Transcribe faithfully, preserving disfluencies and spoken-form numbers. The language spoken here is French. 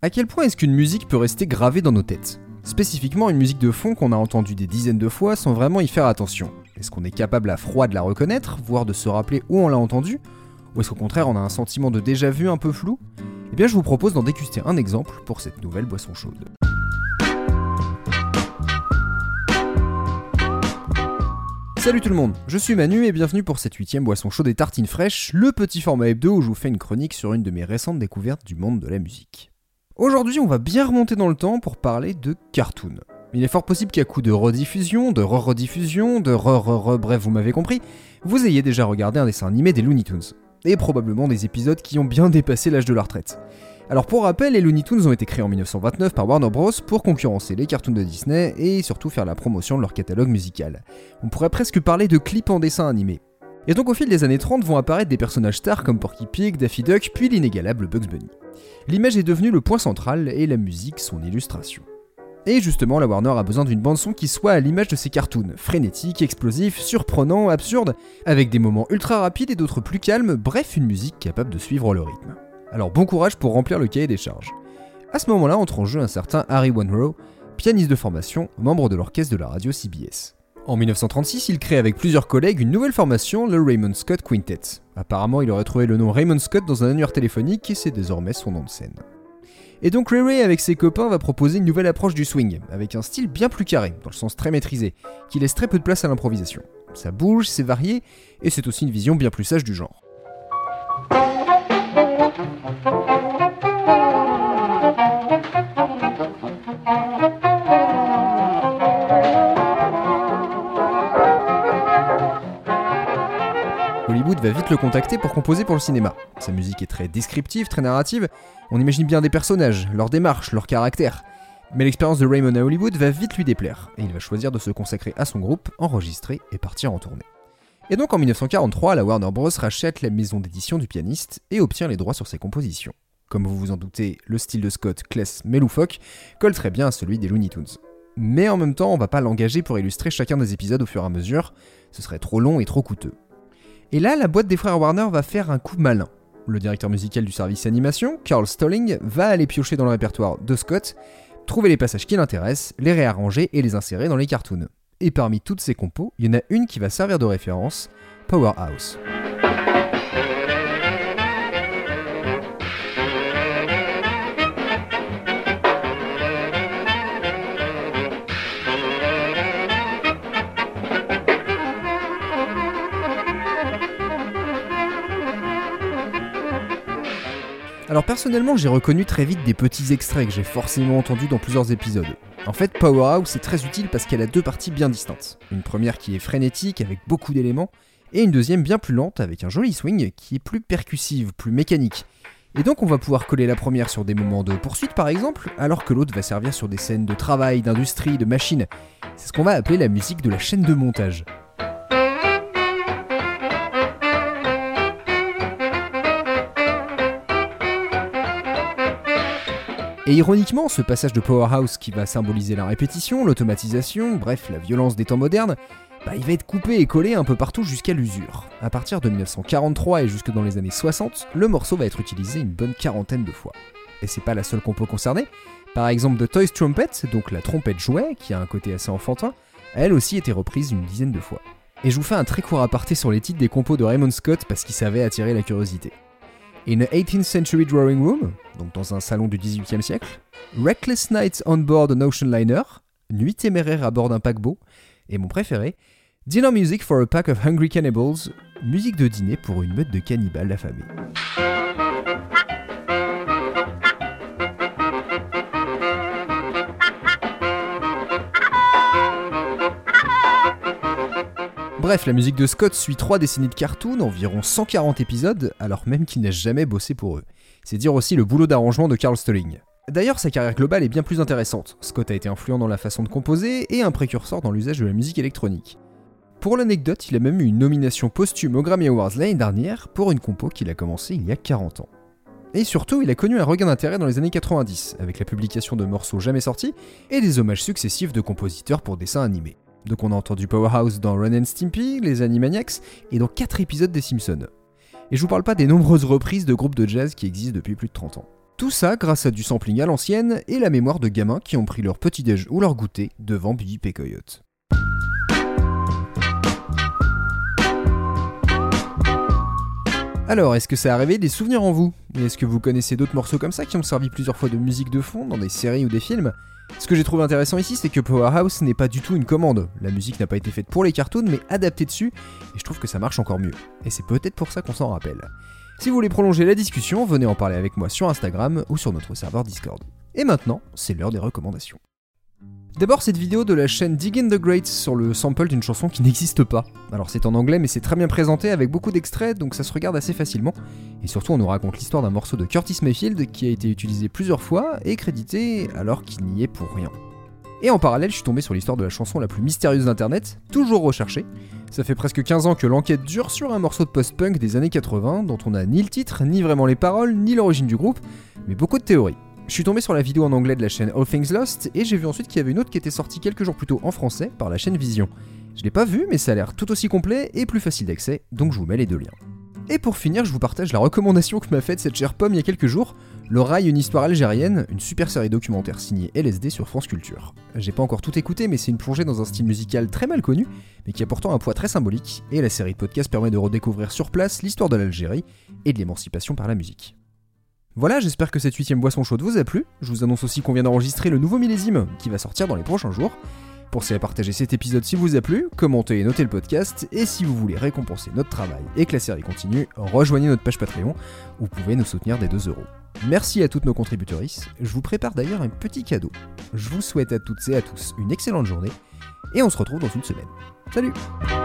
À quel point est-ce qu'une musique peut rester gravée dans nos têtes ? Spécifiquement une musique de fond qu'on a entendue des dizaines de fois sans vraiment y faire attention. Est-ce qu'on est capable à froid de la reconnaître, voire de se rappeler où on l'a entendue ? Ou est-ce qu'au contraire on a un sentiment de déjà-vu un peu flou ? Eh bien je vous propose d'en déguster un exemple pour cette nouvelle boisson chaude. Salut tout le monde, je suis Manu et bienvenue pour cette huitième boisson chaude et tartines fraîches, le petit format hebdo où je vous fais une chronique sur une de mes récentes découvertes du monde de la musique. Aujourd'hui on va bien remonter dans le temps pour parler de cartoon. Il est fort possible qu'à coup de rediffusion, de re-rediffusion, de re-re-re, bref vous m'avez compris, vous ayez déjà regardé un dessin animé des Looney Tunes. Et probablement des épisodes qui ont bien dépassé l'âge de la retraite. Alors pour rappel, les Looney Tunes ont été créés en dix-neuf cent vingt-neuf par Warner Bros pour concurrencer les cartoons de Disney et surtout faire la promotion de leur catalogue musical. On pourrait presque parler de clips en dessin animé. Et donc au fil des années trente vont apparaître des personnages stars comme Porky Pig, Daffy Duck, puis l'inégalable Bugs Bunny. L'image est devenue le point central et la musique son illustration. Et justement, la Warner a besoin d'une bande-son qui soit à l'image de ses cartoons, frénétique, explosif, surprenant, absurde, avec des moments ultra rapides et d'autres plus calmes, bref une musique capable de suivre le rythme. Alors bon courage pour remplir le cahier des charges. À ce moment-là entre en jeu un certain Harry Wanrow, pianiste de formation, membre de l'orchestre de la radio C B S. En dix-neuf cent trente-six, il crée avec plusieurs collègues une nouvelle formation, le Raymond Scott Quintet. Apparemment, il aurait trouvé le nom Raymond Scott dans un annuaire téléphonique et c'est désormais son nom de scène. Et donc Ray Ray avec ses copains va proposer une nouvelle approche du swing, avec un style bien plus carré, dans le sens très maîtrisé, qui laisse très peu de place à l'improvisation. Ça bouge, c'est varié, et c'est aussi une vision bien plus sage du genre. Hollywood va vite le contacter pour composer pour le cinéma. Sa musique est très descriptive, très narrative, on imagine bien des personnages, leur démarche, leur caractère. Mais l'expérience de Raymond à Hollywood va vite lui déplaire, et il va choisir de se consacrer à son groupe, enregistrer et partir en tournée. Et donc en dix-neuf cent quarante-trois, la Warner Bros rachète la maison d'édition du pianiste et obtient les droits sur ses compositions. Comme vous vous en doutez, le style de Scott, classe mais loufoque, colle très bien à celui des Looney Tunes. Mais en même temps, on va pas l'engager pour illustrer chacun des épisodes au fur et à mesure, ce serait trop long et trop coûteux. Et là, la boîte des frères Warner va faire un coup malin. Le directeur musical du service animation, Carl Stalling, va aller piocher dans le répertoire de Scott, trouver les passages qui l'intéressent, les réarranger et les insérer dans les cartoons. Et parmi toutes ces compos, il y en a une qui va servir de référence, Powerhouse. Alors personnellement, j'ai reconnu très vite des petits extraits que j'ai forcément entendus dans plusieurs épisodes. En fait, Powerhouse est très utile parce qu'elle a deux parties bien distinctes. Une première qui est frénétique, avec beaucoup d'éléments, et une deuxième bien plus lente, avec un joli swing qui est plus percussive, plus mécanique. Et donc on va pouvoir coller la première sur des moments de poursuite par exemple, alors que l'autre va servir sur des scènes de travail, d'industrie, de machine. C'est ce qu'on va appeler la musique de la chaîne de montage. Et ironiquement, ce passage de Powerhouse qui va symboliser la répétition, l'automatisation, bref, la violence des temps modernes, bah, il va être coupé et collé un peu partout jusqu'à l'usure. À partir de dix-neuf cent quarante-trois et jusque dans les années soixante, le morceau va être utilisé une bonne quarantaine de fois. Et c'est pas la seule compo concernée. Par exemple, The Toys Trumpet, donc la trompette jouet, qui a un côté assez enfantin, a elle aussi été reprise une dizaine de fois. Et je vous fais un très court aparté sur les titres des compos de Raymond Scott parce qu'il savait attirer la curiosité. In a eighteenth century drawing room, donc dans un salon du dix-huitième siècle, Reckless Night on board an ocean liner, Nuit téméraire à bord d'un paquebot, et mon préféré, Dinner music for a pack of hungry cannibals, musique de dîner pour une meute de cannibales affamés. Bref, la musique de Scott suit trois décennies de cartoon, environ cent quarante épisodes, alors même qu'il n'a jamais bossé pour eux. C'est dire aussi le boulot d'arrangement de Carl Stalling. D'ailleurs, sa carrière globale est bien plus intéressante. Scott a été influent dans la façon de composer et un précurseur dans l'usage de la musique électronique. Pour l'anecdote, il a même eu une nomination posthume aux Grammy Awards l'année dernière pour une compo qu'il a commencé il y a quarante ans. Et surtout, il a connu un regain d'intérêt dans les années quatre-vingt-dix, avec la publication de morceaux jamais sortis et des hommages successifs de compositeurs pour dessins animés. Donc on a entendu Powerhouse dans Ren and Stimpy, les Animaniacs, et dans quatre épisodes des Simpsons. Et je vous parle pas des nombreuses reprises de groupes de jazz qui existent depuis plus de trente ans. Tout ça grâce à du sampling à l'ancienne et la mémoire de gamins qui ont pris leur petit-déj ou leur goûter devant B B P Coyote. Alors, est-ce que ça a réveillé des souvenirs en vous? Et est-ce que vous connaissez d'autres morceaux comme ça qui ont servi plusieurs fois de musique de fond dans des séries ou des films? Ce que j'ai trouvé intéressant ici, c'est que Powerhouse n'est pas du tout une commande. La musique n'a pas été faite pour les cartoons, mais adaptée dessus, et je trouve que ça marche encore mieux. Et c'est peut-être pour ça qu'on s'en rappelle. Si vous voulez prolonger la discussion, venez en parler avec moi sur Instagram ou sur notre serveur Discord. Et maintenant, c'est l'heure des recommandations. D'abord cette vidéo de la chaîne Diggin' the Greats sur le sample d'une chanson qui n'existe pas. Alors c'est en anglais mais c'est très bien présenté avec beaucoup d'extraits donc ça se regarde assez facilement. Et surtout on nous raconte l'histoire d'un morceau de Curtis Mayfield qui a été utilisé plusieurs fois et crédité alors qu'il n'y est pour rien. Et en parallèle je suis tombé sur l'histoire de la chanson la plus mystérieuse d'internet, toujours recherchée. Ça fait presque quinze ans que l'enquête dure sur un morceau de post-punk des années quatre-vingts dont on n'a ni le titre, ni vraiment les paroles, ni l'origine du groupe, mais beaucoup de théories. Je suis tombé sur la vidéo en anglais de la chaîne All Things Lost et j'ai vu ensuite qu'il y avait une autre qui était sortie quelques jours plus tôt en français par la chaîne Vision. Je l'ai pas vu mais ça a l'air tout aussi complet et plus facile d'accès, donc je vous mets les deux liens. Et pour finir, je vous partage la recommandation que m'a faite cette chère pomme il y a quelques jours, Le Rail, une histoire algérienne, une super série documentaire signée L S D sur France Culture. J'ai pas encore tout écouté mais c'est une plongée dans un style musical très mal connu, mais qui a pourtant un poids très symbolique, et la série de podcast permet de redécouvrir sur place l'histoire de l'Algérie et de l'émancipation par la musique. Voilà, j'espère que cette huitième boisson chaude vous a plu. Je vous annonce aussi qu'on vient d'enregistrer le nouveau millésime qui va sortir dans les prochains jours. Pensez à partager cet épisode si vous a plu, commentez et notez le podcast, et si vous voulez récompenser notre travail et que la série continue, rejoignez notre page Patreon, où vous pouvez nous soutenir des deux euros. Merci à toutes nos contributrices, je vous prépare d'ailleurs un petit cadeau. Je vous souhaite à toutes et à tous une excellente journée, et on se retrouve dans une semaine. Salut!